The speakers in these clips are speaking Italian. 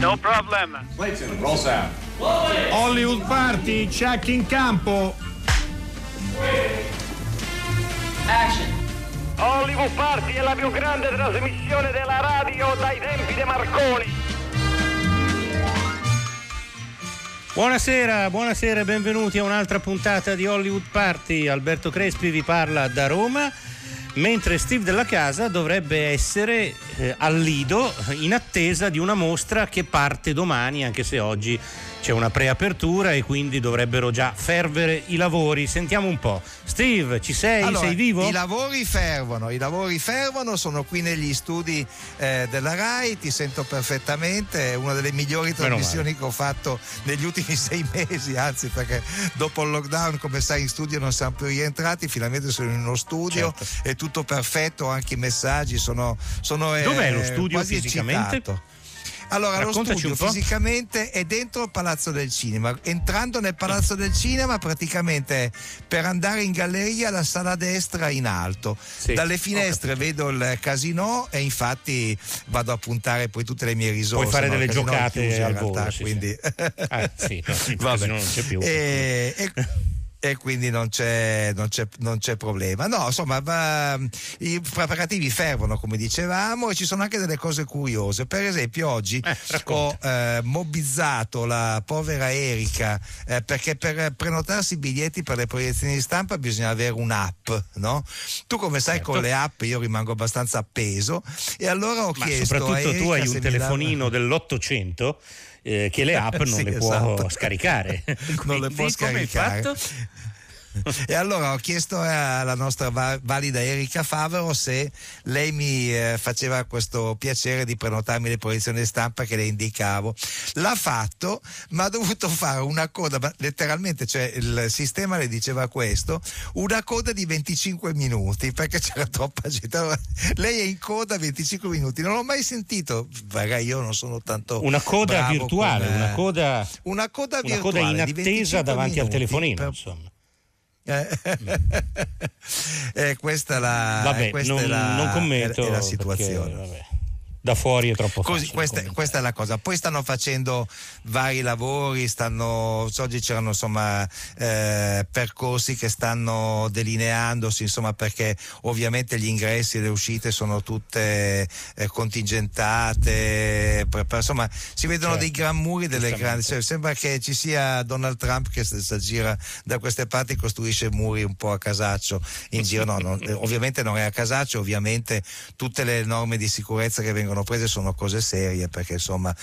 No problem. Clayton, roll sound. Hollywood Party, check in campo. Action. Hollywood Party è la più grande trasmissione della radio dai tempi di Marconi. Buonasera e benvenuti a un'altra puntata di Hollywood Party. Alberto Crespi vi parla da Roma, mentre Steve Della Casa dovrebbe essere al Lido in attesa di una mostra che parte domani, anche se oggi c'è una preapertura e quindi dovrebbero già fervere i lavori. Sentiamo un po'. Steve, ci sei? Allora, sei vivo? I lavori fervono, sono qui negli studi della RAI, ti sento perfettamente, è una delle migliori trasmissioni che ho fatto negli ultimi 6 mesi, anzi, perché dopo il lockdown, come sai, in studio non siamo più rientrati, finalmente sono in uno studio, certo. È tutto perfetto, anche i messaggi sono Dov'è lo studio quasi fisicamente? Eccitato. Allora, Raccontaci lo studio fisicamente è dentro il Palazzo del Cinema. Entrando nel Palazzo del Cinema, praticamente per andare in galleria, la sala destra in alto. Sì, dalle finestre vedo il casino e infatti vado a puntare poi tutte le mie risorse. Puoi fare delle giocate chiuso, al realtà, volo, quindi... sì, non c'è più. E quindi non c'è problema. No, insomma, i preparativi fervono, come dicevamo, e ci sono anche delle cose curiose. Per esempio, oggi ho mobbizzato la povera Erika perché per prenotarsi i biglietti per le proiezioni di stampa bisogna avere un'app, no? Tu, come sai, con le app io rimango abbastanza appeso, e allora ho chiesto. Soprattutto a Erika, tu hai un telefonino dell'800 che le app non sì, le esatto. può scaricare. Non le può scaricare. E allora ho chiesto alla nostra valida Erika Favero se lei mi faceva questo piacere di prenotarmi le proiezioni di stampa che le indicavo. L'ha fatto, ma ha dovuto fare una coda, letteralmente, cioè il sistema le diceva questo, una coda di 25 minuti perché c'era troppa gente. Allora, lei è in coda 25 minuti, non l'ho mai sentito, magari io non sono tanto una coda bravo virtuale, con, una coda virtuale in attesa davanti al telefonino, insomma. Questa è la, vabbè, questa non commento è la situazione perché, vabbè, da fuori è troppo così, facile. questa è la cosa. Poi stanno facendo vari lavori, oggi c'erano insomma percorsi che stanno delineandosi, insomma, perché ovviamente gli ingressi e le uscite sono tutte contingentate, insomma si vedono dei gran muri, delle grandi, cioè, sembra che ci sia Donald Trump che si gira da queste parti, costruisce muri un po' a casaccio in giro. Ovviamente non è a casaccio, ovviamente tutte le norme di sicurezza che vengono prese sono cose serie, perché insomma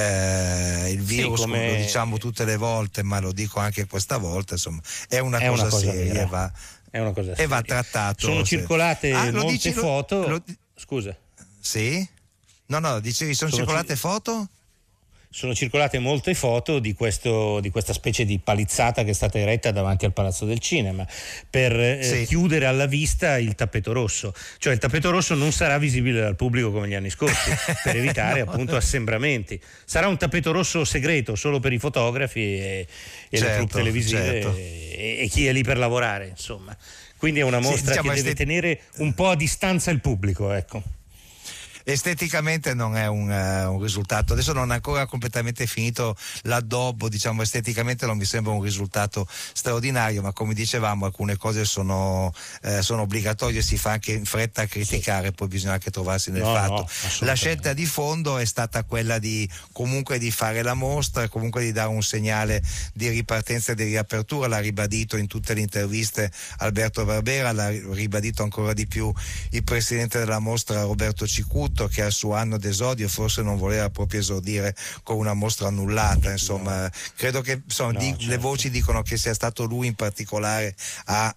il virus, come lo diciamo tutte le volte, ma lo dico anche questa volta, insomma è una cosa seria, e va trattato. Sono circolate molte foto. Scusa. Sì? No, dicevi sono circolate foto? Sono circolate molte foto di questa specie di palizzata che è stata eretta davanti al Palazzo del Cinema per chiudere alla vista il tappeto rosso. Cioè il tappeto rosso non sarà visibile dal pubblico come gli anni scorsi per evitare appunto assembramenti. Sarà un tappeto rosso segreto solo per i fotografi e le troupe televisive e chi è lì per lavorare, insomma. Quindi è una mostra che deve tenere un po' a distanza il pubblico, ecco. Esteticamente non è un risultato, adesso non è ancora completamente finito l'addobbo, diciamo, esteticamente non mi sembra un risultato straordinario, ma come dicevamo alcune cose sono obbligatorie, si fa anche in fretta a criticare, poi bisogna anche trovarsi nel fatto. La scelta di fondo è stata quella di comunque di fare la mostra, comunque di dare un segnale di ripartenza e di riapertura, l'ha ribadito in tutte le interviste Alberto Barbera, l'ha ribadito ancora di più il presidente della mostra Roberto Cicuto, che al suo anno d'esordio forse non voleva proprio esordire con una mostra annullata, insomma credo che le voci dicono che sia stato lui in particolare a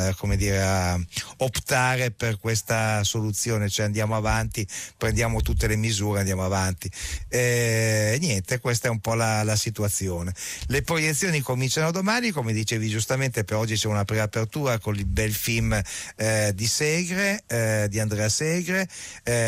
optare per questa soluzione, cioè andiamo avanti, prendiamo tutte le misure, andiamo avanti. Niente, questa è un po' la situazione. Le proiezioni cominciano domani, come dicevi giustamente, per oggi c'è una preapertura con il bel film di Segre, di Andrea Segre,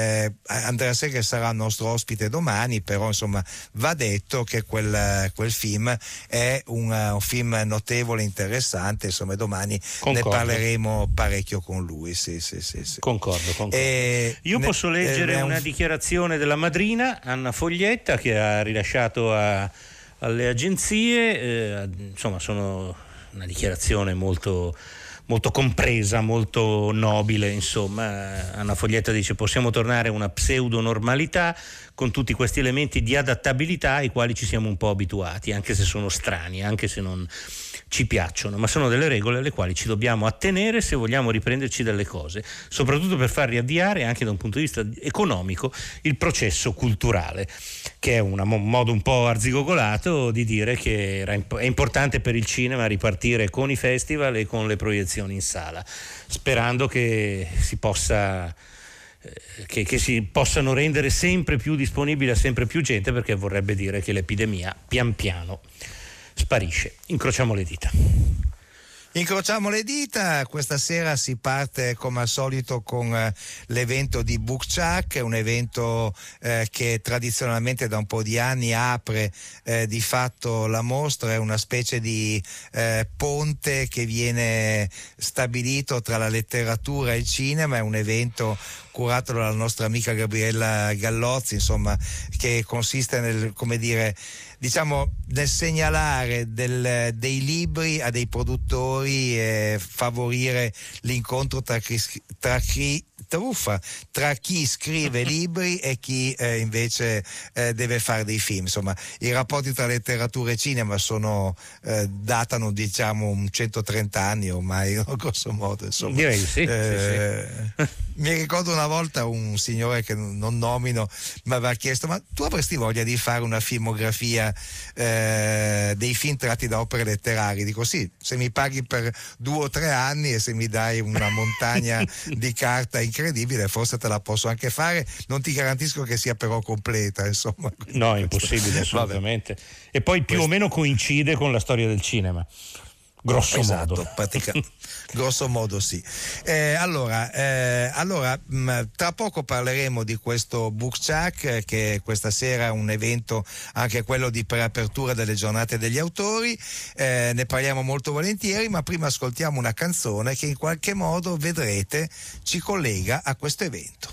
Andrea Segre sarà nostro ospite domani, però insomma va detto che quel film è un film notevole, interessante, insomma domani ne parleremo parecchio con lui. Sì. Concordo. Io posso leggere una dichiarazione della madrina Anna Foglietta, che ha rilasciato alle agenzie, insomma sono una dichiarazione molto compresa, molto nobile, insomma. Anna Foglietta dice: possiamo tornare a una pseudo normalità con tutti questi elementi di adattabilità ai quali ci siamo un po' abituati, anche se sono strani, anche se non ci piacciono, ma sono delle regole alle quali ci dobbiamo attenere se vogliamo riprenderci delle cose, soprattutto per far riavviare anche da un punto di vista economico il processo culturale, che è un modo un po' arzigogolato di dire che è importante per il cinema ripartire con i festival e con le proiezioni in sala, sperando che si possa che si possano rendere sempre più disponibili a sempre più gente, perché vorrebbe dire che l'epidemia pian piano sparisce. Incrociamo le dita. Incrociamo le dita, questa sera si parte come al solito con l'evento di Bookchuck, un evento che tradizionalmente da un po' di anni apre di fatto la mostra, è una specie di ponte che viene stabilito tra la letteratura e il cinema, è un evento curato dalla nostra amica Gabriella Gallozzi, insomma, che consiste nel, come dire, diciamo, nel segnalare dei libri a dei produttori e favorire l'incontro tra chi scrive libri e chi invece deve fare dei film. Insomma, i rapporti tra letteratura e cinema datano, diciamo, 130 anni ormai, grosso modo, insomma. Direi sì. Mi ricordo una volta un signore che non nomino mi aveva chiesto: ma tu avresti voglia di fare una filmografia dei film tratti da opere letterarie? Dico sì, se mi paghi per 2 o 3 anni e se mi dai una montagna di carta incredibile, forse te la posso anche fare, non ti garantisco che sia però completa, insomma. No, è impossibile, assolutamente. E poi più o meno coincide con la storia del cinema, grosso modo. Grosso modo sì. Allora, tra poco parleremo di questo Bookchuck, che questa sera è un evento anche quello di preapertura delle giornate degli autori, ne parliamo molto volentieri, ma prima ascoltiamo una canzone che in qualche modo, vedrete, ci collega a questo evento.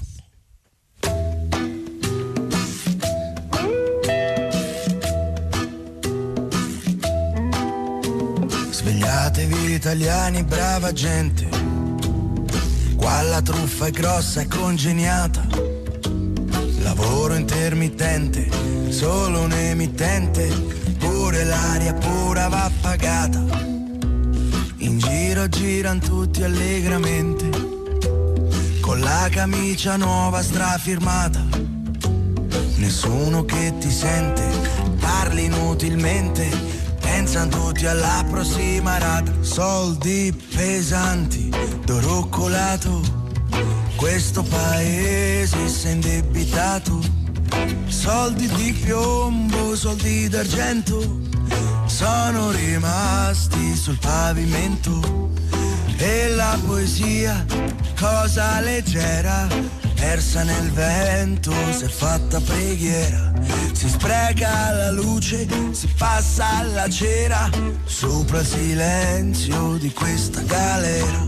Svegliatevi italiani, brava gente, qua la truffa è grossa e congeniata, lavoro intermittente, solo un emittente, pure l'aria pura va pagata, in giro giran tutti allegramente, con la camicia nuova strafirmata, nessuno che ti sente, parli inutilmente, pensano tutti alla prossima rata, soldi pesanti, d'oruccolato, questo paese si è indebitato, soldi di piombo, soldi d'argento, sono rimasti sul pavimento, e la poesia, cosa leggera, persa nel vento, si è fatta preghiera, si spreca la luce, si passa alla cera, sopra il silenzio di questa galera.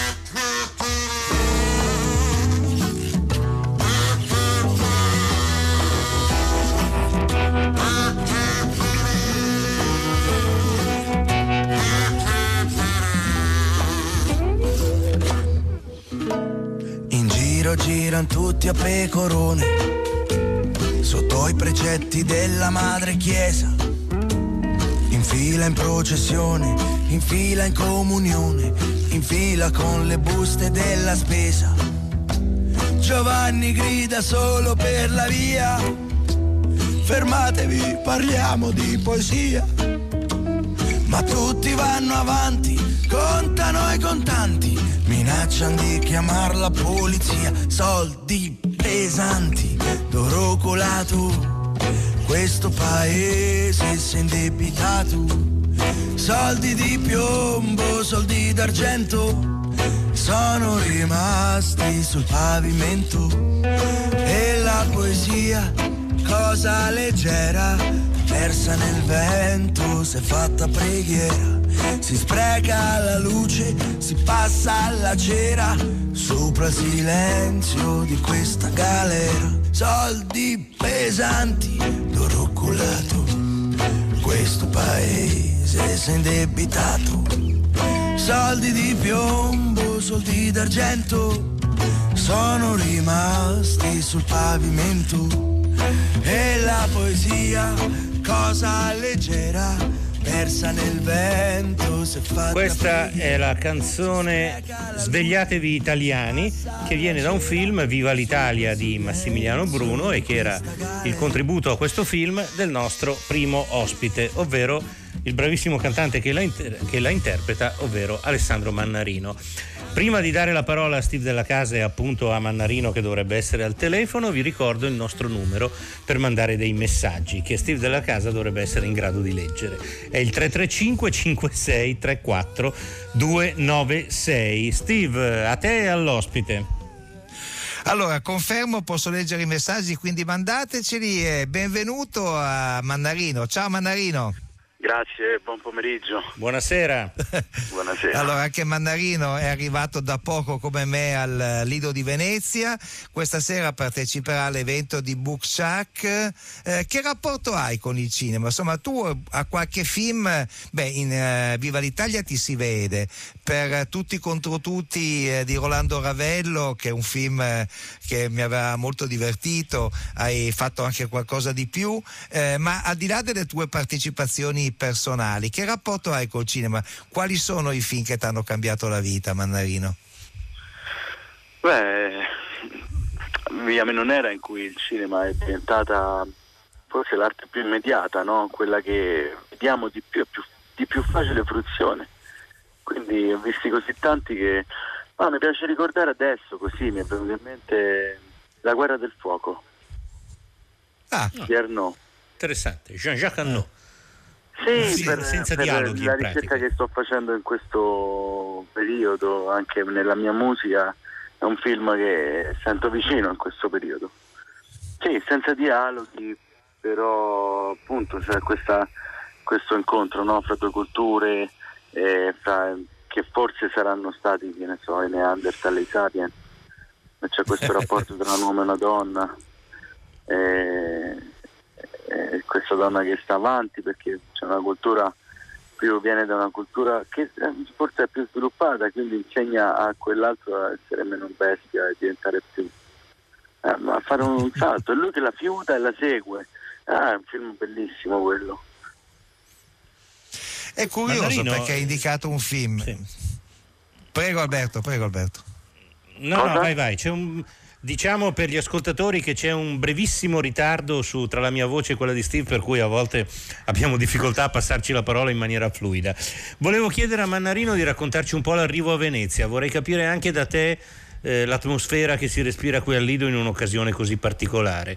Girano tutti a pecorone, sotto i precetti della madre chiesa, in fila in processione, in fila in comunione, in fila con le buste della spesa. Giovanni grida solo per la via, fermatevi, parliamo di poesia, ma tutti vanno avanti, contano i contanti, minacciano di chiamar la polizia, soldi pesanti, d'oro colato, questo paese si è indebitato, soldi di piombo, soldi d'argento, sono rimasti sul pavimento e la poesia, cosa leggera, persa nel vento, si è fatta preghiera, si spreca la luce, si passa alla cera, sopra il silenzio di questa galera, soldi pesanti, d'oro colato, questo paese si è indebitato, soldi di piombo, soldi d'argento, sono rimasti sul pavimento. E la poesia, cosa leggera, persa nel vento, si è fatta. Questa è la canzone Svegliatevi Italiani, che viene da un film, Viva l'Italia, di Massimiliano Bruno, e che era il contributo a questo film del nostro primo ospite, ovvero il bravissimo cantante che la interpreta, ovvero Alessandro Mannarino. Prima di dare la parola a Steve Della Casa e appunto a Mannarino, che dovrebbe essere al telefono, vi ricordo il nostro numero per mandare dei messaggi che Steve Della Casa dovrebbe essere in grado di leggere. È il 335 56 34 296. Steve, a te e all'ospite. Allora, confermo, posso leggere i messaggi, quindi mandateceli e benvenuto a Mannarino. Ciao Mannarino. Grazie, buon pomeriggio. Buonasera. Buonasera. Allora, anche Mannarino è arrivato da poco come me al Lido di Venezia. Questa sera parteciperà all'evento di Book Shack. Che rapporto hai con il cinema? Insomma, tu a qualche film, in Viva l'Italia ti si vede, per Tutti contro tutti di Rolando Ravello, che è un film che mi aveva molto divertito, hai fatto anche qualcosa di più, ma al di là delle tue partecipazioni personali, che rapporto hai col cinema? Quali sono i film che ti hanno cambiato la vita, Mannarino? Via Menonera, in cui il cinema è diventata forse l'arte più immediata, no? Quella che vediamo di più facile fruizione. Quindi ho visti così tanti che mi piace ricordare adesso, così mi è venuto in mente La guerra del fuoco di Arnaud. Interessante, Jean-Jacques Arnaud. Sì, senza per dialoghi, la in pratica. ricerca che sto facendo in questo periodo, anche nella mia musica, è un film che sento vicino in questo periodo. Sì, senza dialoghi, però appunto c'è questo incontro, no, fra due culture, che forse saranno stati, che ne so, i Neanderthal e i Sapiens, e c'è questo rapporto tra un uomo e una donna, questa donna che sta avanti perché c'è una cultura viene da una cultura che forse è più sviluppata, quindi insegna a quell'altro a essere meno bestia e diventare più a fare un salto, è lui che la fiuta e la segue. È un film bellissimo quello. È curioso Mannarino, perché hai indicato un film. Sì. Prego Alberto. No, vai, c'è diciamo per gli ascoltatori che c'è un brevissimo ritardo tra la mia voce e quella di Steve, per cui a volte abbiamo difficoltà a passarci la parola in maniera fluida. Volevo chiedere a Mannarino di raccontarci un po' l'arrivo a Venezia. Vorrei capire anche da te l'atmosfera che si respira qui al Lido in un'occasione così particolare.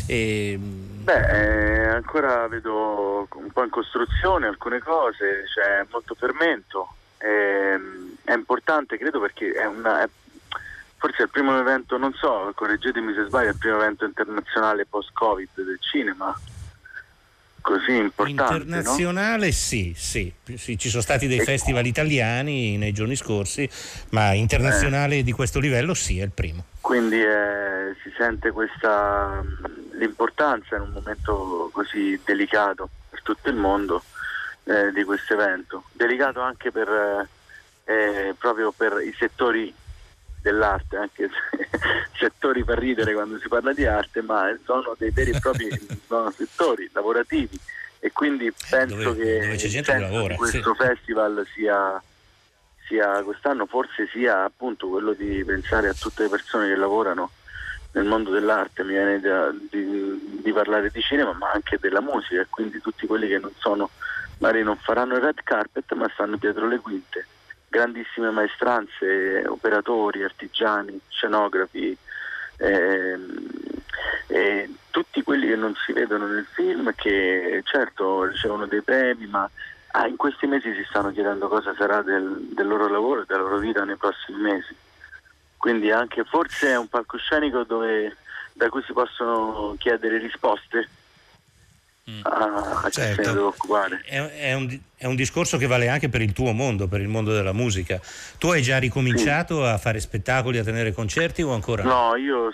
Ancora vedo un po' in costruzione alcune cose, c'è molto fermento, è importante credo perché forse è il primo evento, non so, correggetemi se sbaglio, è il primo evento internazionale post-Covid del cinema, così importante. Internazionale, no? Sì, ci sono stati dei festival italiani nei giorni scorsi, ma internazionale di questo livello sì, è il primo. Quindi si sente l'importanza in un momento così delicato per tutto il mondo di questo evento, delicato anche proprio per i settori dell'arte, anche se settori per ridere quando si parla di arte, ma sono dei veri e propri settori lavorativi, e quindi penso dove c'è gente che lavora, questo festival sia quest'anno forse sia appunto quello di pensare a tutte le persone che lavorano nel mondo dell'arte. Mi viene di parlare di cinema, ma anche della musica, e quindi tutti quelli che magari non faranno il red carpet ma stanno dietro le quinte, grandissime maestranze, operatori, artigiani, scenografi, tutti quelli che non si vedono nel film, che certo ricevono dei premi, ma In questi mesi si stanno chiedendo cosa sarà del loro lavoro e della loro vita nei prossimi mesi. Quindi anche forse è un palcoscenico da cui si possono chiedere risposte a chi se ne deve occupare. È un discorso che vale anche per il tuo mondo, per il mondo della musica. Tu hai già ricominciato a fare spettacoli, a tenere concerti o ancora no? No, io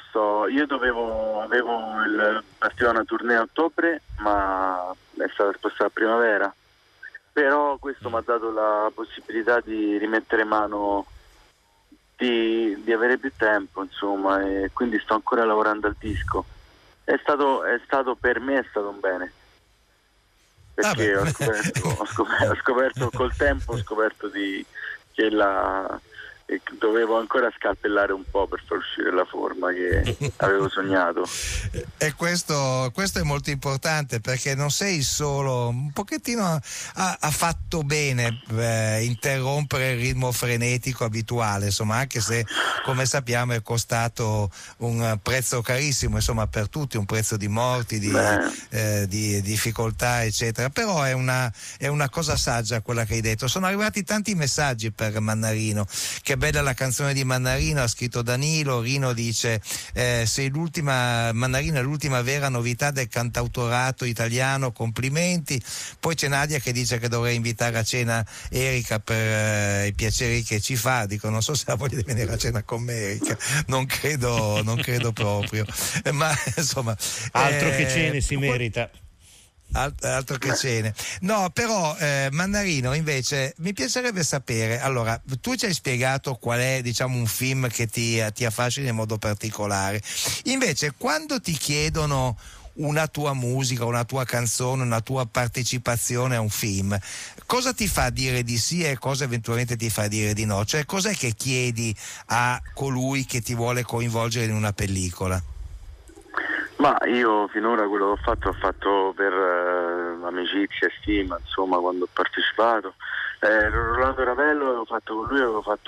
partivo una tournée a ottobre, ma è stata spostata a primavera. Però questo mi ha dato la possibilità di rimettere mano, di avere più tempo, insomma, e quindi sto ancora lavorando al disco. È stato per me è stato un bene, perché ho scoperto col tempo, che dovevo ancora scalpellare un po' per far uscire la forma che avevo sognato. E questo è molto importante, perché non sei solo, un pochettino ha fatto bene interrompere il ritmo frenetico abituale, insomma, anche se come sappiamo è costato un prezzo carissimo, insomma, per tutti, un prezzo di morti, di difficoltà, eccetera. Però è una cosa saggia quella che hai detto. Sono arrivati tanti messaggi per Mannarino. Che bella la canzone di Mannarino, ha scritto Danilo. Rino dice Mannarino è l'ultima vera novità del cantautorato italiano, complimenti. Poi c'è Nadia che dice che dovrei invitare a cena Erika per i piaceri che ci fa. Dico, non so se ha voglia di venire a cena con me Erika, non credo proprio, ma insomma altro che cene si merita. Altro che cene. No, però Mannarino, invece mi piacerebbe sapere, allora, tu ci hai spiegato qual è, diciamo, un film che ti affascina in modo particolare. Invece quando ti chiedono una tua musica, una tua canzone, una tua partecipazione a un film, cosa ti fa dire di sì e cosa eventualmente ti fa dire di no? Cioè, cos'è che chiedi a colui che ti vuole coinvolgere in una pellicola? Ma io finora quello che ho fatto per amicizia e stima, insomma, quando ho partecipato. Rolando Ravello avevo fatto con lui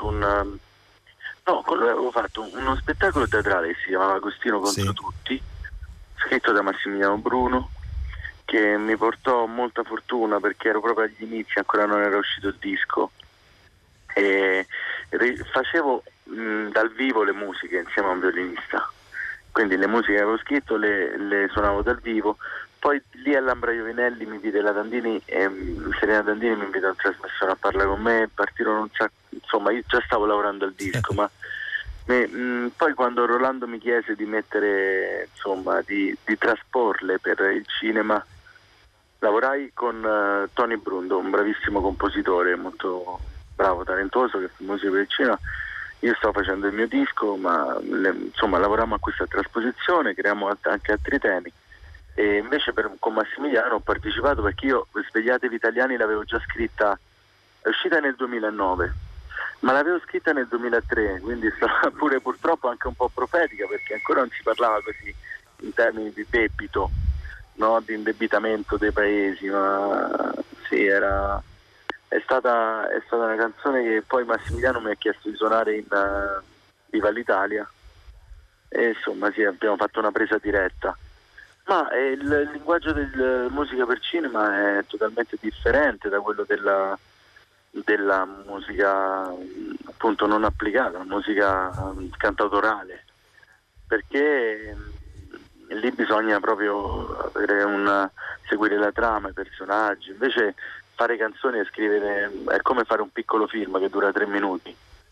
uno spettacolo teatrale che si chiamava Agostino contro tutti, scritto da Massimiliano Bruno, che mi portò molta fortuna perché ero proprio agli inizi, ancora non era uscito il disco, e facevo dal vivo le musiche insieme a un violinista. Quindi le musiche che avevo scritto le suonavo dal vivo. Poi lì a Lambra Iovinelli mi vide la Dandini e Serena Dandini mi invitò in trasmissione a parlare con me, partirono un sacco, insomma io già stavo lavorando al disco, ma poi quando Rolando mi chiese di mettere, insomma, di trasporle per il cinema, lavorai con Tony Brundo, un bravissimo compositore, molto bravo, talentuoso, che fa musica per il cinema. Io stavo facendo il mio disco, ma insomma lavorammo a questa trasposizione, creiamo anche altri temi, e invece con Massimiliano ho partecipato perché io Svegliatevi Italiani l'avevo già scritta, è uscita nel 2009, ma l'avevo scritta nel 2003, quindi stava pure purtroppo anche un po' profetica, perché ancora non si parlava così in termini di debito, no? Di indebitamento dei paesi, ma sì, è stata una canzone che poi Massimiliano mi ha chiesto di suonare in Viva l'Italia, e insomma sì, abbiamo fatto una presa diretta. Ma il linguaggio della musica per cinema è totalmente differente da quello della musica appunto non applicata, la musica cantautorale, perché lì bisogna proprio seguire la trama, i personaggi. Invece fare canzoni e scrivere è come fare un piccolo film che dura 3 minuti,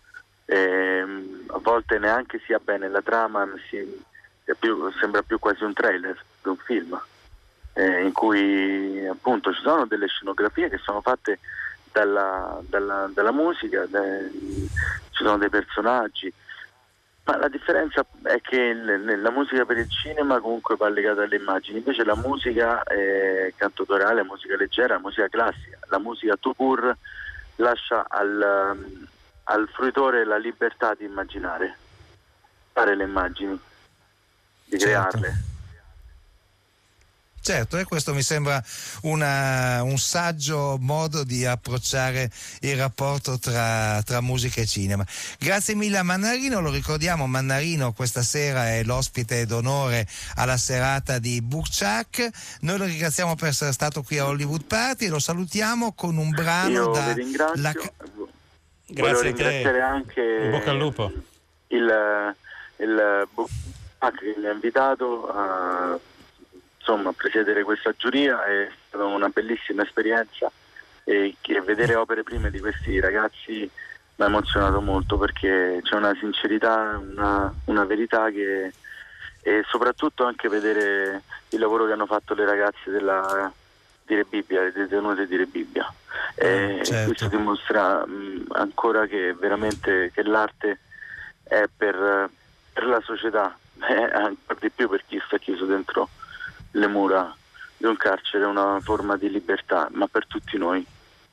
a volte neanche sia bene la trama, sembra più quasi un trailer di un film, in cui appunto ci sono delle scenografie che sono fatte dalla musica, ci sono dei personaggi, ma la differenza è che la musica per il cinema comunque va legata alle immagini, invece la musica cantautorale, la musica leggera, la musica classica, la musica tout court lascia al fruitore la libertà di immaginare, fare le immagini, di crearle. Certo, e questo mi sembra un saggio modo di approcciare il rapporto tra musica e cinema. Grazie mille a Mannarino, lo ricordiamo, Mannarino questa sera è l'ospite d'onore alla serata di Burchak. Noi lo ringraziamo per essere stato qui a Hollywood Party e lo salutiamo con un brano Io da... vi ringrazio. Grazie a te. Ringraziare anche in bocca al lupo. il Burchak che mi ha invitato a presiedere questa giuria. È stata una bellissima esperienza e vedere opere prime di questi ragazzi mi ha emozionato molto, perché c'è una sincerità, una verità e soprattutto anche vedere il lavoro che hanno fatto le ragazze di Rebibbia, le detenute di Rebibbia. Certo. Questo dimostra ancora che veramente che l'arte è per la società, ancora di più per chi sta chiuso dentro le mura di un carcere, una forma di libertà, ma per tutti noi.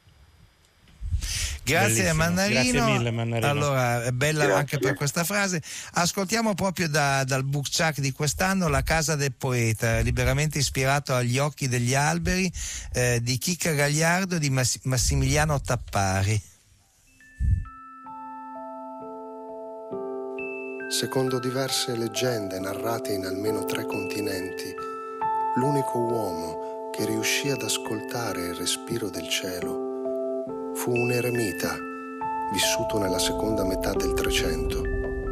Grazie Mannarino. Grazie mille Mannarino. Allora, è bella Grazie. anche per questa frase. Ascoltiamo proprio dal Burchak di quest'anno La casa del poeta, liberamente ispirato agli occhi degli alberi, di Chicca Gagliardo e di Massimiliano Tappari. Secondo diverse leggende narrate in almeno 3 continenti, l'unico uomo che riuscì ad ascoltare il respiro del cielo fu un eremita vissuto nella seconda metà del 300.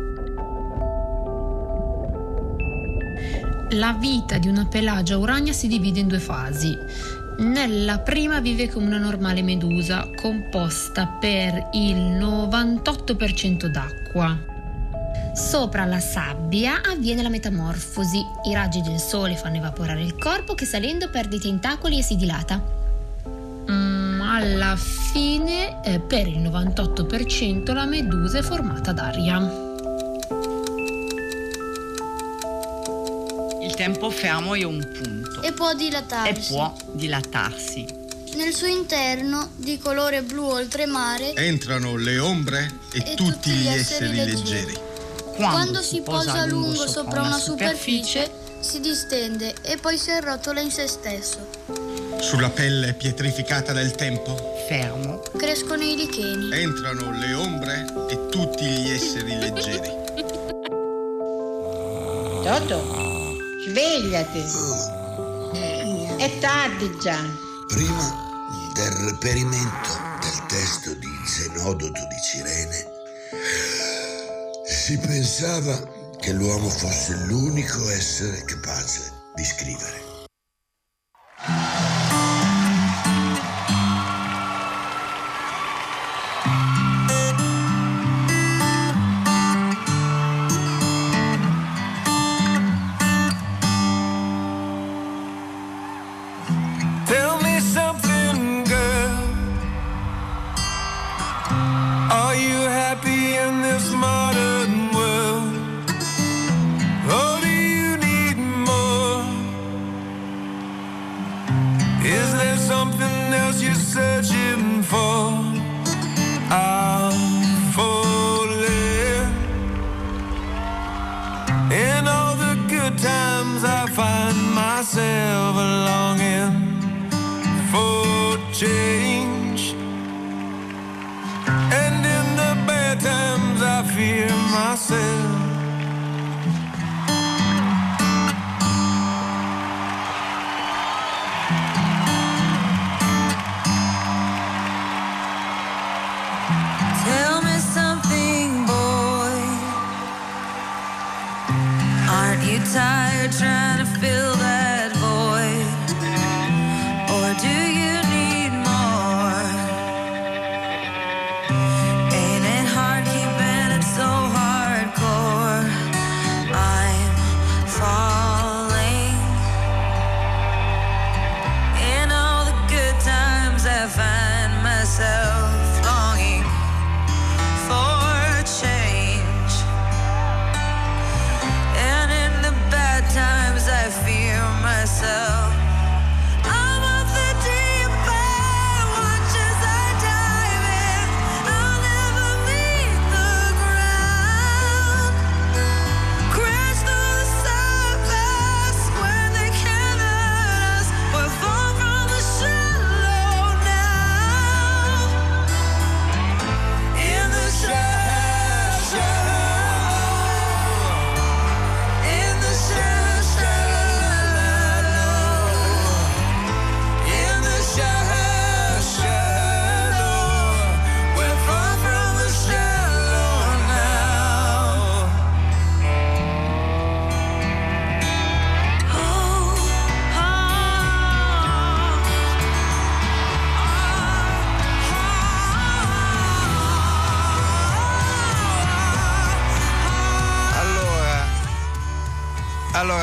La vita di una pelagia uragna si divide in 2 fasi. Nella prima vive come una normale medusa, composta per il 98% d'acqua. Sopra la sabbia avviene la metamorfosi. I raggi del sole fanno evaporare il corpo che salendo perde i tentacoli e si dilata. Alla fine, per il 98% la medusa è formata d'aria. Il tempo fermo è un punto. E può dilatarsi. Nel suo interno, di colore blu oltremare, entrano le ombre e tutti gli esseri leggeri. Quando si posa a lungo sopra una superficie, si distende e poi si arrotola in se stesso. Sulla pelle pietrificata del tempo, fermo, crescono i licheni. Entrano le ombre e tutti gli esseri leggeri. Toto, svegliati. È tardi già. Prima del reperimento del testo di Zenodoto di Cirene, si pensava che l'uomo fosse l'unico essere capace di scrivere. Ain't it hard keeping it so hardcore?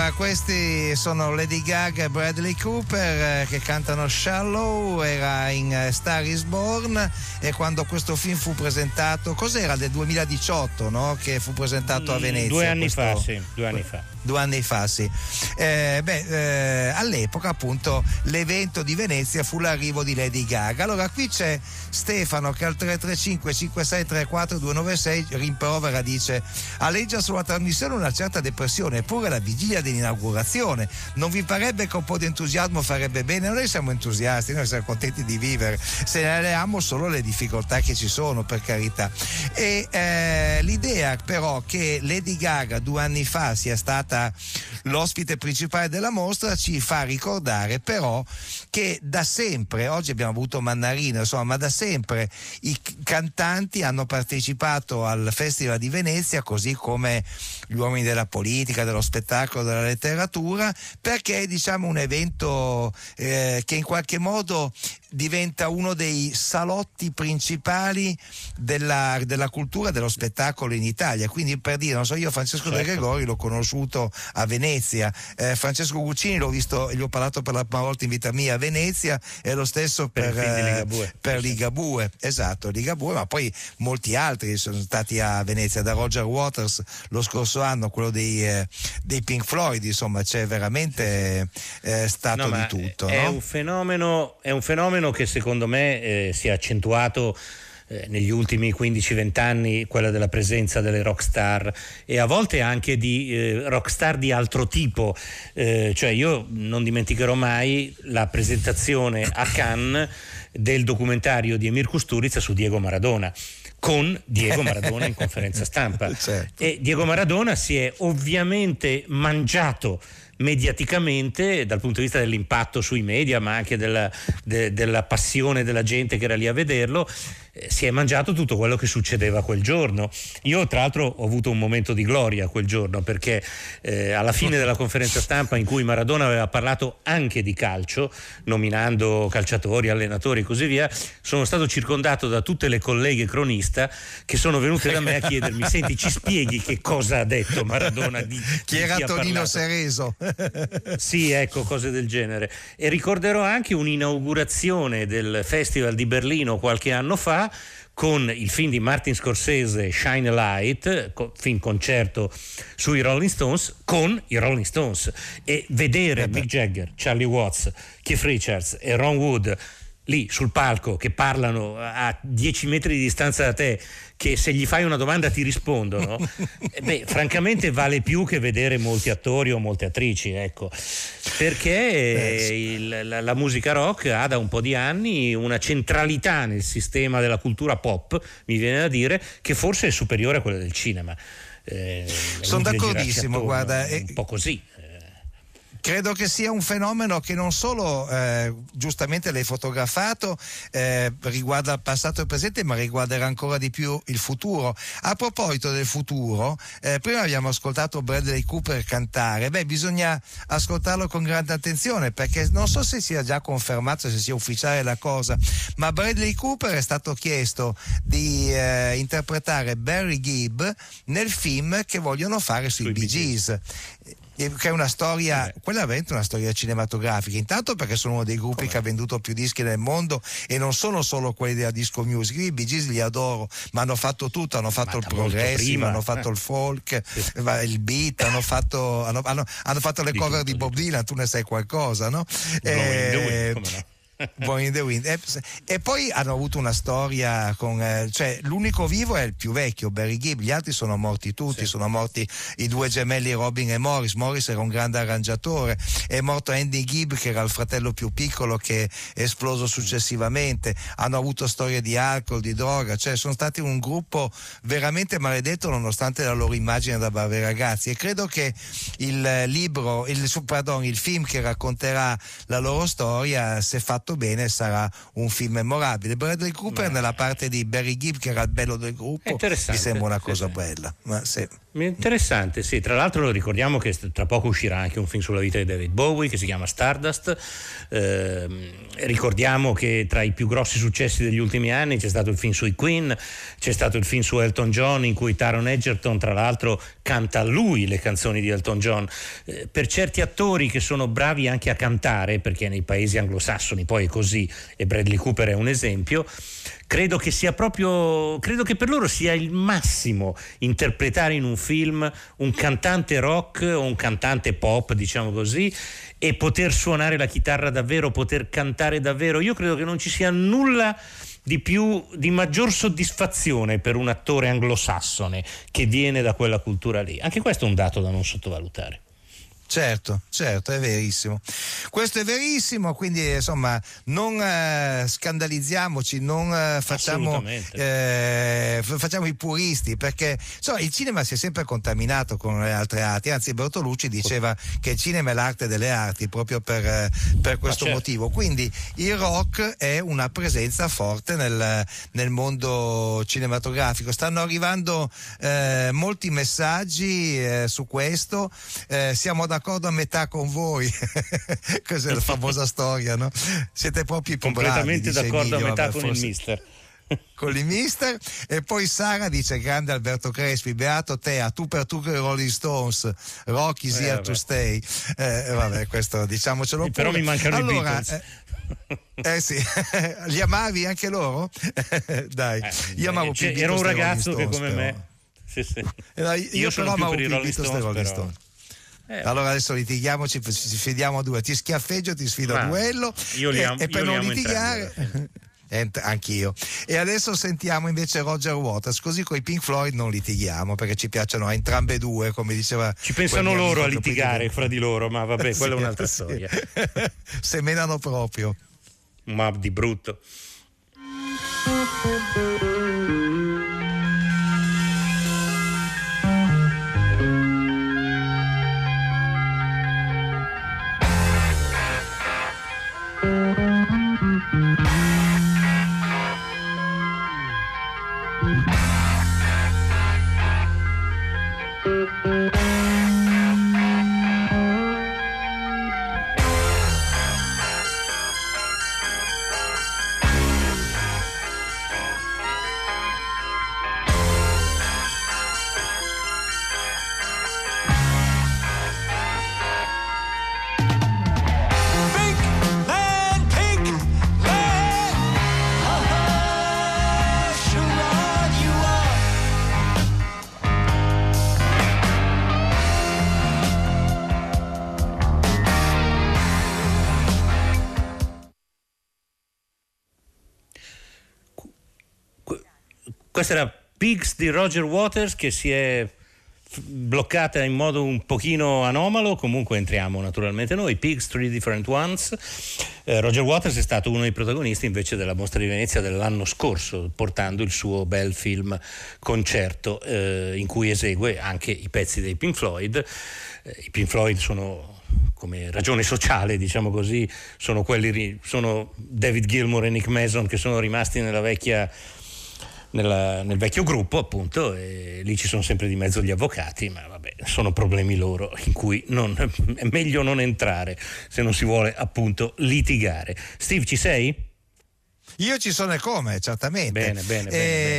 Allora, questi sono Lady Gaga e Bradley Cooper che cantano Shallow, era in Star is Born, e quando questo film fu presentato, cos'era, del 2018, no? Che fu presentato a Venezia. 2 anni fa, sì, 2 anni fa, sì. All'epoca appunto l'evento di Venezia fu l'arrivo di Lady Gaga. Allora qui c'è Stefano che al 335 5634 296 rimprovera, dice: alleggia sulla trasmissione una certa depressione, eppure la vigilia dell'inaugurazione non vi parebbe che un po' di entusiasmo farebbe bene? Noi siamo entusiasti, noi siamo contenti di vivere, segnaliamo solo le difficoltà che ci sono, per carità. E l'idea però che Lady Gaga 2 anni fa sia stata l'ospite principale della mostra ci fa ricordare però che da sempre, oggi abbiamo avuto Mannarino, insomma, ma da sempre i cantanti hanno partecipato al Festival di Venezia, così come gli uomini della politica, dello spettacolo, della letteratura, perché è, diciamo, un evento che in qualche modo diventa uno dei salotti principali della cultura, dello spettacolo in Italia. Quindi, per dire, non so, io Francesco De Gregori l'ho conosciuto a Venezia, Francesco Guccini l'ho visto, gli ho parlato per la prima volta in vita mia a Venezia, e lo stesso per Ligabue, esatto, Ligabue, ma poi molti altri sono stati a Venezia, da Roger Waters lo scorso anno, quello dei Pink Floyd, insomma c'è veramente stato di tutto. È no? un fenomeno che secondo me si è accentuato negli ultimi 15-20 anni, quella della presenza delle rockstar, e a volte anche di rockstar di altro tipo, cioè io non dimenticherò mai la presentazione a Cannes del documentario di Emir Kusturica su Diego Maradona, con Diego Maradona in conferenza stampa. Certo. E Diego Maradona si è ovviamente mangiato mediaticamente, dal punto di vista dell'impatto sui media, ma anche della passione della gente che era lì a vederlo, si è mangiato tutto quello che succedeva quel giorno. Io tra l'altro ho avuto un momento di gloria quel giorno, perché alla fine della conferenza stampa, in cui Maradona aveva parlato anche di calcio, nominando calciatori, allenatori e così via, sono stato circondato da tutte le colleghe cronista che sono venute da me a chiedermi: senti, ci spieghi che cosa ha detto Maradona? Chi era Tonino Cereso? Sì, ecco, cose del genere. E ricorderò anche un'inaugurazione del Festival di Berlino qualche anno fa, con il film di Martin Scorsese, Shine a Light, film concerto sui Rolling Stones, con i Rolling Stones, e vedere Mick Jagger, Charlie Watts, Keith Richards e Ron Wood lì sul palco che parlano a 10 metri di distanza da te, che se gli fai una domanda ti rispondono, francamente vale più che vedere molti attori o molte attrici, ecco, perché la musica rock ha da un po' di anni una centralità nel sistema della cultura pop, mi viene da dire, che forse è superiore a quella del cinema. Sono d'accordissimo, guarda, è un po' così. Credo che sia un fenomeno che non solo giustamente l'hai fotografato, riguarda il passato e il presente, ma riguarderà ancora di più il futuro. A proposito del futuro, prima abbiamo ascoltato Bradley Cooper cantare, bisogna ascoltarlo con grande attenzione, perché non so se sia già confermato, se sia ufficiale la cosa, ma Bradley Cooper è stato chiesto di interpretare Barry Gibb nel film che vogliono fare sui Bee Gees, che è una storia, quella è veramente una storia cinematografica, intanto perché sono uno dei gruppi che ha venduto più dischi nel mondo, e non sono solo quelli della disco music. I Bee Gees li adoro, ma hanno fatto tutto, hanno fatto il progressive, hanno fatto il folk, il beat, hanno fatto le cover di Bob Dylan, tu ne sai qualcosa, no? Born in the Wind. E poi hanno avuto una storia con cioè l'unico vivo è il più vecchio, Barry Gibb, gli altri sono morti tutti, sono morti i due gemelli Robin e Morris. Morris era un grande arrangiatore, è morto Andy Gibb che era il fratello più piccolo che è esploso successivamente. Hanno avuto storie di alcol, di droga, cioè sono stati un gruppo veramente maledetto nonostante la loro immagine da bravi ragazzi, e credo che il film che racconterà la loro storia, se fatto bene, sarà un film memorabile. Bradley Cooper nella parte di Barry Gibb, che era il bello del gruppo, mi sembra una cosa bella. Ma interessante, sì. Tra l'altro ricordiamo che tra poco uscirà anche un film sulla vita di David Bowie che si chiama Stardust, Ricordiamo che tra i più grossi successi degli ultimi anni c'è stato il film sui Queen, c'è stato il film su Elton John, in cui Taron Egerton tra l'altro canta lui le canzoni di Elton John. Per certi attori che sono bravi anche a cantare, perché nei paesi anglosassoni poi è così, e Bradley Cooper è un esempio, credo che per loro sia il massimo interpretare in un film un cantante rock o un cantante pop, diciamo così, e poter suonare la chitarra davvero, poter cantare davvero. Io credo che non ci sia nulla di maggior soddisfazione per un attore anglosassone che viene da quella cultura lì. Anche questo è un dato da non sottovalutare. Certo, è verissimo. Questo è verissimo, quindi insomma non scandalizziamoci, non facciamo i puristi, perché il cinema si è sempre contaminato con le altre arti, anzi Bertolucci diceva che il cinema è l'arte delle arti proprio per questo motivo, quindi il rock è una presenza forte nel mondo cinematografico. Stanno arrivando molti messaggi su questo, siamo d'accordo a metà con voi. Questa è la famosa storia, no? Siete proprio i completamente bravi, d'accordo Emilio, a metà con il mister. Con il mister. E poi Sara dice: grande Alberto Crespi, beato te, a tu per tu con i Rolling Stones, Rock is here to stay. Vabbè, questo diciamocelo pure. Però mi mancano i Beatles. Sì, li amavi anche loro? Dai, io amavo più era un ragazzo che come però. me sì. Io sono però più amavo per i più Rolling Stones. Allora adesso litighiamoci, ci sfidiamo a due, ti schiaffeggio, ti sfido a duello, e per non litigare anch'io. E adesso sentiamo invece Roger Waters, così coi Pink Floyd non litighiamo, perché ci piacciono a entrambe e due, come diceva. Ci pensano loro a litigare fra di loro, ma vabbè, quella è un'altra storia. Se menano proprio. Ma di brutto. Questa era Pigs di Roger Waters, che si è bloccata in modo un pochino anomalo. Comunque entriamo naturalmente noi. Pigs, Three Different Ones. Roger Waters è stato uno dei protagonisti invece della Mostra di Venezia dell'anno scorso, portando il suo bel film concerto in cui esegue anche i pezzi dei Pink Floyd. I Pink Floyd sono, come ragione sociale, diciamo così, sono David Gilmour e Nick Mason, che sono rimasti nel vecchio gruppo, appunto, e lì ci sono sempre di mezzo gli avvocati, ma vabbè, sono problemi loro in cui è meglio non entrare se non si vuole appunto litigare. Steve, ci sei? Io ci sono, e come, certamente. Bene.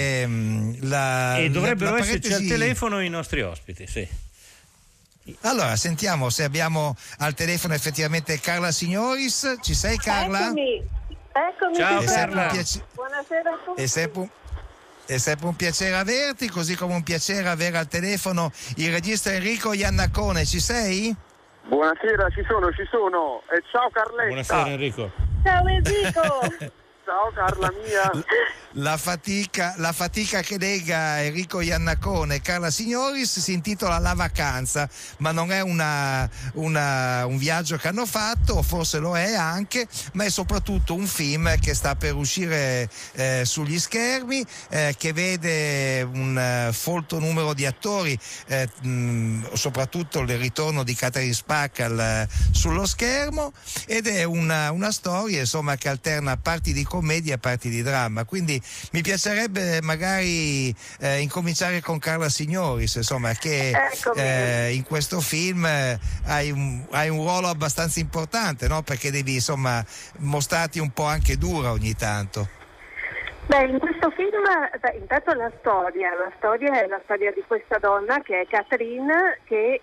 E dovrebbero esserci al telefono i nostri ospiti, sì. Allora, sentiamo se abbiamo al telefono effettivamente Carla Signoris. Ci sei, Carla? Eccomi. Ciao, Carla. Buonasera a tutti. È sempre un piacere averti, così come un piacere avere al telefono il regista Enrico Iannacone. Ci sei? Buonasera, ci sono. E ciao Carletta. Buonasera Enrico. Ciao Enrico. Ciao Carla mia. La fatica che lega Enrico Iannacone e Carla Signoris si intitola La Vacanza, ma non è un viaggio che hanno fatto, o forse lo è anche, ma è soprattutto un film che sta per uscire sugli schermi, che vede un folto numero di attori, soprattutto il ritorno di Catherine Spackle sullo schermo, ed è una storia, insomma, che alterna parti di commedia a parti di dramma, quindi mi piacerebbe magari incominciare con Carla Signoris, insomma, che in questo film hai un ruolo abbastanza importante, no? Perché devi insomma mostrarti un po' anche dura ogni tanto. Beh, in questo film intanto la storia è la storia di questa donna che è Catherine, che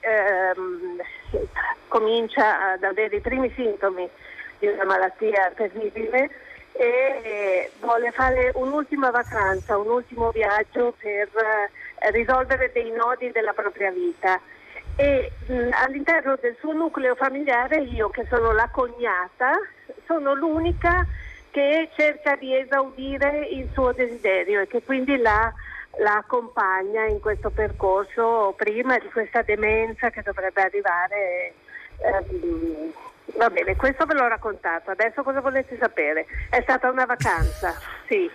comincia ad avere i primi sintomi di una malattia terribile e vuole fare un'ultima vacanza, un ultimo viaggio per risolvere dei nodi della propria vita. E all'interno del suo nucleo familiare, io che sono la cognata, sono l'unica che cerca di esaudire il suo desiderio e che quindi la accompagna in questo percorso prima di questa demenza che dovrebbe arrivare. Va bene, questo ve l'ho raccontato, adesso cosa volete sapere? È stata una vacanza, sì.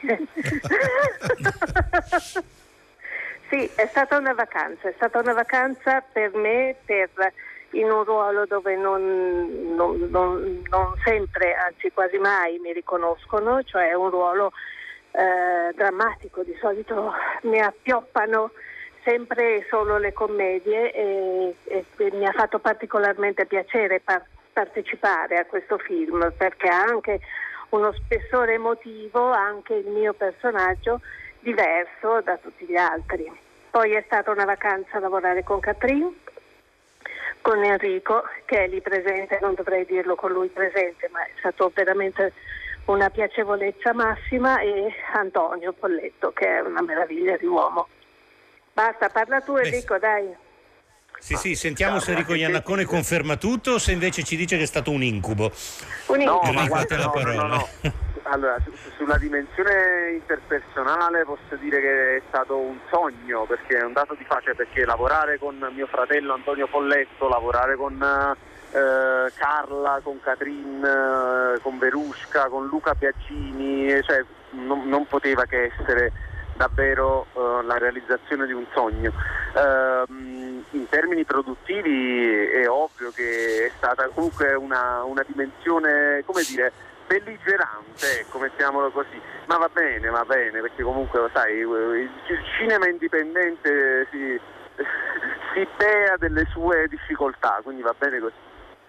Sì, è stata una vacanza per me, in un ruolo dove non sempre, anzi quasi mai mi riconoscono, cioè un ruolo drammatico. Di solito mi appioppano sempre e solo le commedie e mi ha fatto particolarmente piacere partecipare a questo film, perché ha anche uno spessore emotivo, anche il mio personaggio diverso da tutti gli altri. Poi è stata una vacanza a lavorare con Catherine, con Enrico che è lì presente, non dovrei dirlo con lui presente, ma è stato veramente una piacevolezza massima, e Antonio Polletto che è una meraviglia di uomo. Basta, parla tu Enrico, dai. Sì, sentiamo se Enrico Iannacone conferma tutto o se invece ci dice che è stato un incubo. No. Allora, sulla dimensione interpersonale posso dire che è stato un sogno, perché è un dato di facile, perché lavorare con mio fratello Antonio Polletto, lavorare con Carla, con Catherine, con Verusca, con Luca Piaggini, cioè non poteva che essere davvero la realizzazione di un sogno. In termini produttivi è ovvio che è stata comunque una dimensione, come dire, belligerante, ecco, mettiamolo così, ma va bene, perché comunque sai, il cinema indipendente si bea delle sue difficoltà, quindi va bene così.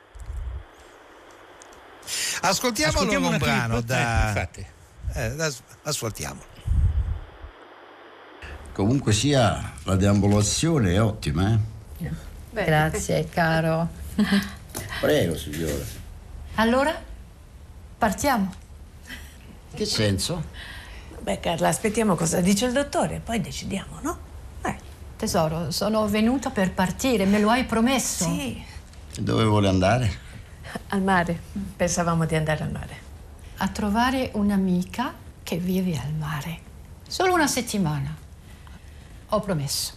Ascoltiamo un brano ascoltiamo. Comunque sia, la deambulazione è ottima, Grazie, caro. Prego, signora. Allora? Partiamo. Che senso? Beh, Carla, aspettiamo cosa dice il dottore, poi decidiamo, no? Tesoro, sono venuta per partire, me lo hai promesso. Sì. Dove vuole andare? Al mare. Pensavamo di andare al mare. A trovare un'amica che vive al mare. Solo una settimana. Ho promesso.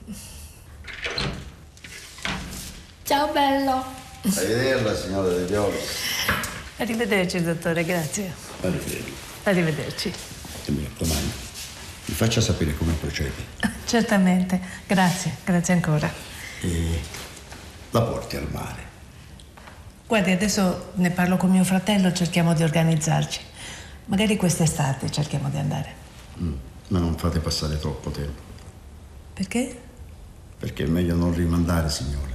Ciao, bello. Arrivederla, signora De Violi. Arrivederci, dottore, grazie. Arrivederci. E mi raccomando, mi faccia sapere come procede. Certamente, grazie ancora. E la porti al mare. Guardi, adesso ne parlo con mio fratello, cerchiamo di organizzarci. Magari quest'estate cerchiamo di andare. Ma non fate passare troppo tempo. Perché? Perché è meglio non rimandare, signora.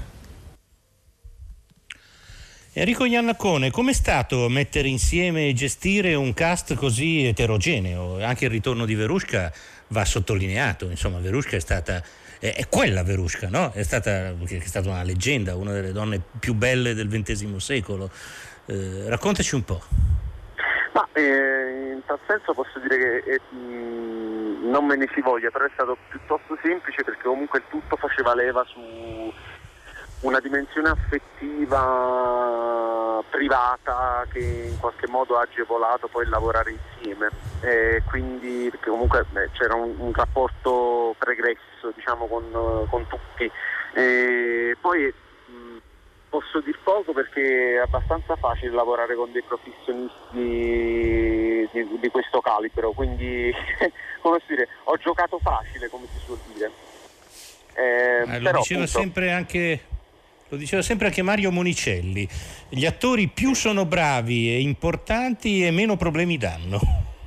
Enrico Iannacone, com'è stato mettere insieme e gestire un cast così eterogeneo? Anche il ritorno di Verusca va sottolineato, insomma, Verusca è quella Verusca, no? È stata una leggenda, una delle donne più belle del XX secolo. Raccontaci un po'. Ma in tal senso posso dire che non me ne si voglia, però è stato piuttosto semplice, perché comunque il tutto faceva leva su una dimensione affettiva privata che in qualche modo ha agevolato poi il lavorare insieme, quindi perché comunque c'era un rapporto pregresso, diciamo, con tutti, poi posso dir poco perché è abbastanza facile lavorare con dei professionisti di questo calibro, quindi come si dire, ho giocato facile, come si suol dire. Lo diceva sempre anche Mario Monicelli: gli attori più sono bravi e importanti e meno problemi danno.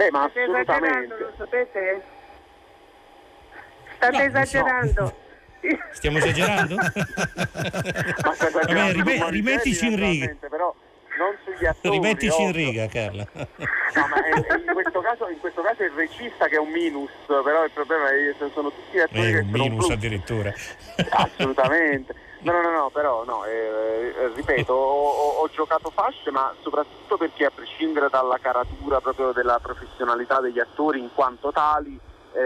Ma state esagerando, lo sapete? State esagerando. So. Stiamo esagerando? Vabbè, rimettici in riga. Però non sugli attori. Rimettici in riga, Carla. No, ma in questo caso è il regista che è un minus, però il problema è che sono tutti gli attori che un sono minus un addirittura. Assolutamente. No, però ripeto, ho giocato fasce, ma soprattutto perché, a prescindere dalla caratura proprio della professionalità degli attori in quanto tali,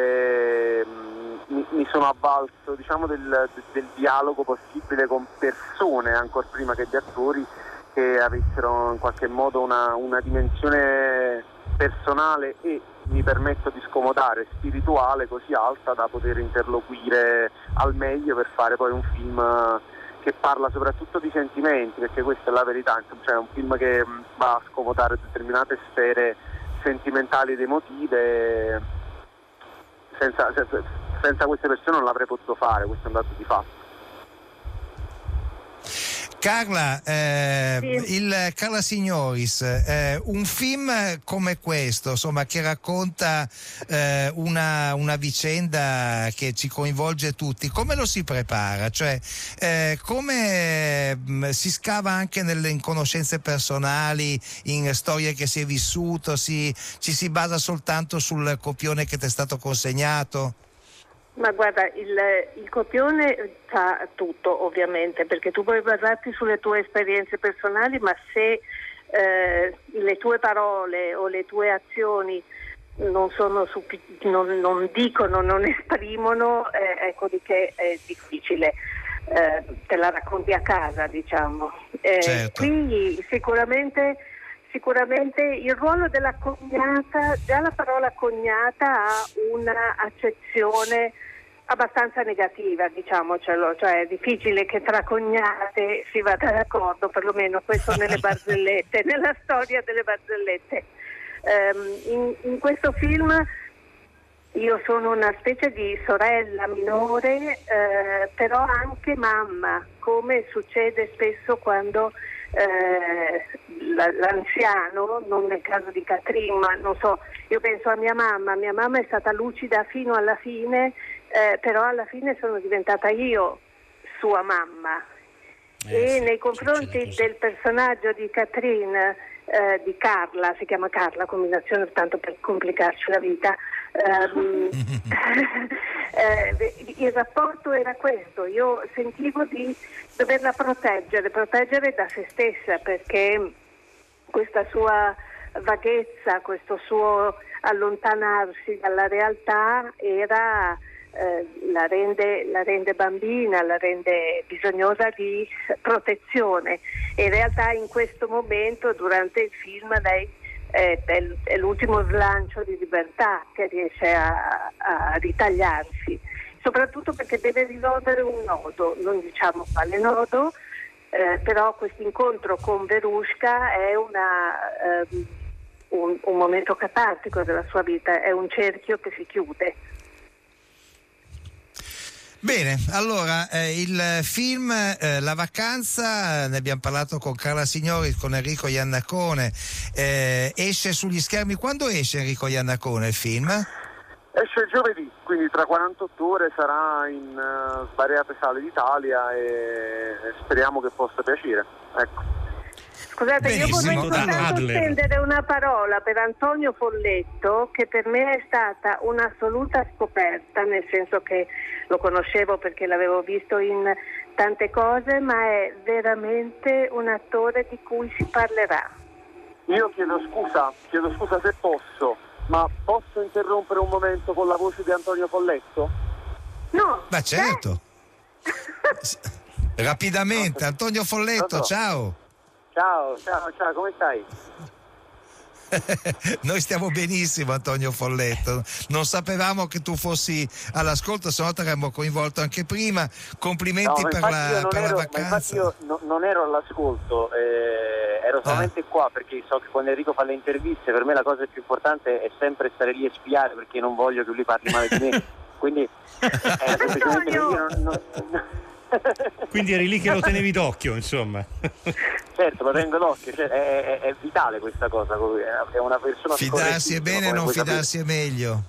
mi sono avvalso, diciamo, del dialogo possibile con persone, ancor prima che di attori, che avessero in qualche modo una dimensione personale e, mi permetto di scomodare, spirituale così alta da poter interloquire al meglio per fare poi un film che parla soprattutto di sentimenti, perché questa è la verità, cioè è un film che va a scomodare determinate sfere sentimentali ed emotive. Senza queste persone non l'avrei potuto fare, questo è un dato di fatto. Carla, il Carla Signoris, un film come questo, insomma, che racconta una vicenda che ci coinvolge tutti, come lo si prepara? Cioè, come si scava anche nelle conoscenze personali, in storie che si è vissuto, ci si basa soltanto sul copione che ti è stato consegnato? Ma guarda, il copione fa tutto, ovviamente, perché tu puoi basarti sulle tue esperienze personali, ma se le tue parole o le tue azioni non dicono, non esprimono, ecco di che è difficile. Te la racconti a casa, diciamo. Certo. Quindi sicuramente il ruolo della cognata, già la parola cognata ha una accezione abbastanza negativa, diciamocelo, cioè è difficile che tra cognate si vada d'accordo, perlomeno questo nelle barzellette, nella storia delle barzellette. In questo film io sono una specie di sorella minore, però anche mamma, come succede spesso quando l'anziano, non nel caso di Catherine, ma non so, io penso a mia mamma è stata lucida fino alla fine, però alla fine sono diventata io sua mamma, e nei confronti del personaggio di Catherine, di Carla, si chiama Carla, combinazione tanto per complicarci la vita, il rapporto era questo, io sentivo di doverla proteggere da se stessa, perché questa sua vaghezza, questo suo allontanarsi dalla realtà la rende bambina, la rende bisognosa di protezione, e in realtà in questo momento durante il film lei è l'ultimo slancio di libertà che riesce a ritagliarsi, soprattutto perché deve risolvere un nodo, non diciamo quale nodo, però questo incontro con Verushka è un momento catartico della sua vita, è un cerchio che si chiude. Bene, allora il film La vacanza, ne abbiamo parlato con Carla Signoris, con Enrico Iannacone, esce sugli schermi. Quando esce Enrico Iannacone il film? Esce giovedì, quindi tra 48 ore sarà in svariate sale d'Italia e speriamo che possa piacere. Ecco. Scusate, benissimo. Io vorrei soltanto spendere una parola per Antonio Folletto, che per me è stata un'assoluta scoperta, nel senso che lo conoscevo perché l'avevo visto in tante cose, ma è veramente un attore di cui si parlerà. Io chiedo scusa se posso, ma posso interrompere un momento con la voce di Antonio Folletto? No. Ma certo. Rapidamente, Antonio Folletto, ciao. Ciao, come stai? Noi stiamo benissimo, Antonio Folletto, non sapevamo che tu fossi all'ascolto, se no ti avremmo coinvolto anche prima. Complimenti per la vacanza. Ma infatti io non ero all'ascolto, ero solamente qua perché so che quando Enrico fa le interviste, per me la cosa più importante è sempre stare lì e spiare, perché non voglio che lui parli male di me, quindi semplicemente io Quindi eri lì che lo tenevi d'occhio, insomma. Certo, lo tengo d'occhio, cioè, è vitale questa cosa, è una persona. Fidarsi è bene, non fidarsi è meglio.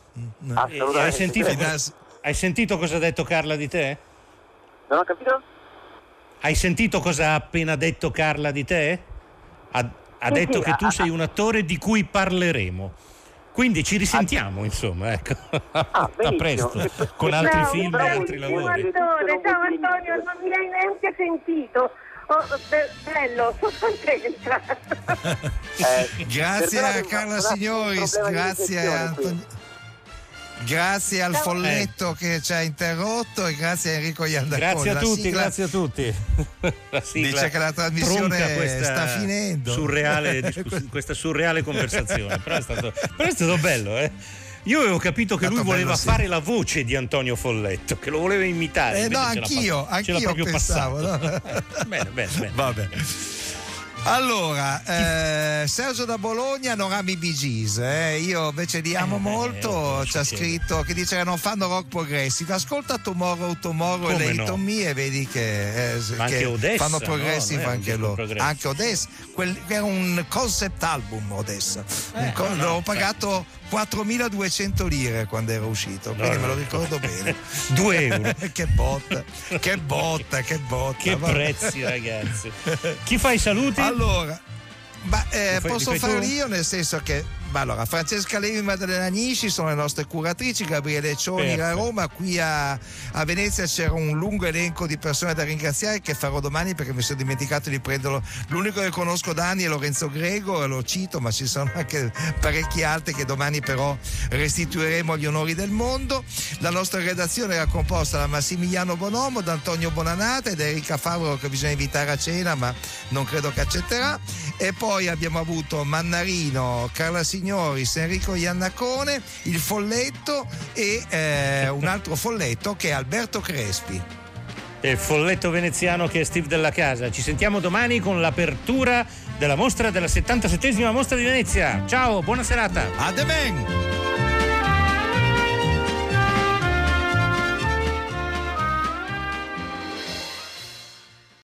Hai sentito cosa ha detto Carla di te? Non ho capito? Hai sentito cosa ha appena detto Carla di te? Ha detto che tu sei un attore di cui parleremo. Quindi ci risentiamo, insomma, ecco. A presto, con altri film e altri lavori. Ciao Antonio, non mi hai neanche sentito. Bello, sono contenta. Grazie a Carla Signoris, grazie a Antonio. Grazie al Folletto che ci ha interrotto e grazie a Enrico Iannacone. Grazie a tutti. La dice che la trasmissione sta finendo. Questa surreale conversazione. Però è stato bello, eh? Io avevo capito che lui voleva fare la voce di Antonio Folletto, che lo voleva imitare. No, anch'io pensavo. No? Bene. Vabbè. Allora, Sergio da Bologna non ami i Bee Gees, io invece li amo molto, ci ha scritto che dice che non fanno rock progressive, ascolta Tomorrow e Late on Me e vedi che Odessa, fanno progressive anche loro, anche Odessa, era un concept album Odessa, l'ho pagato 4.200 lire quando era uscito, quindi me lo ricordo bene. 2 euro. Che botta. Che prezzi, ragazzi. Chi fa i saluti? Allora, posso farli io, nel senso che allora, Francesca Levi e Maddalena Agnisci sono le nostre curatrici, Gabriele Cioni a Roma, qui a Venezia c'era un lungo elenco di persone da ringraziare che farò domani perché mi sono dimenticato di prenderlo. L'unico che conosco da anni è Lorenzo Grego e lo cito, ma ci sono anche parecchi altri che domani però restituiremo agli onori del mondo. La nostra redazione era composta da Massimiliano Bonomo, da Antonio Bonanata e da Erika Favro, che bisogna invitare a cena ma non credo che accetterà, e poi abbiamo avuto Mannarino, Carla Signoris, Enrico Iannacone, il Folletto e un altro Folletto che è Alberto Crespi. E il Folletto veneziano che è Steve Della Casa. Ci sentiamo domani con l'apertura della mostra, della 77esima mostra di Venezia. Ciao, buona serata. Ademen.